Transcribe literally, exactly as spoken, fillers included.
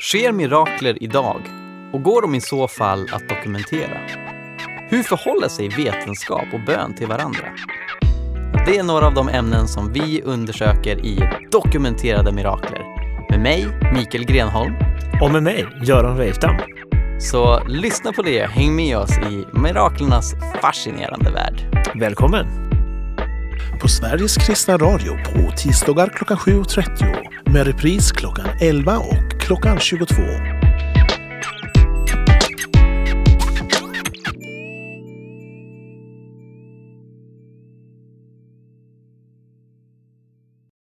Sker mirakler idag? Och går de i så fall att dokumentera? Hur förhåller sig vetenskap och bön till varandra? Det är några av de ämnen som vi undersöker i Dokumenterade mirakler. Med mig, Mikael Grenholm. Och med mig, Göran Reifdam. Så lyssna på det, häng med oss i miraklernas fascinerande värld. Välkommen! På Sveriges kristna radio på tisdagar klockan sju och trettio med repris klockan elva och klockan tjugotvå.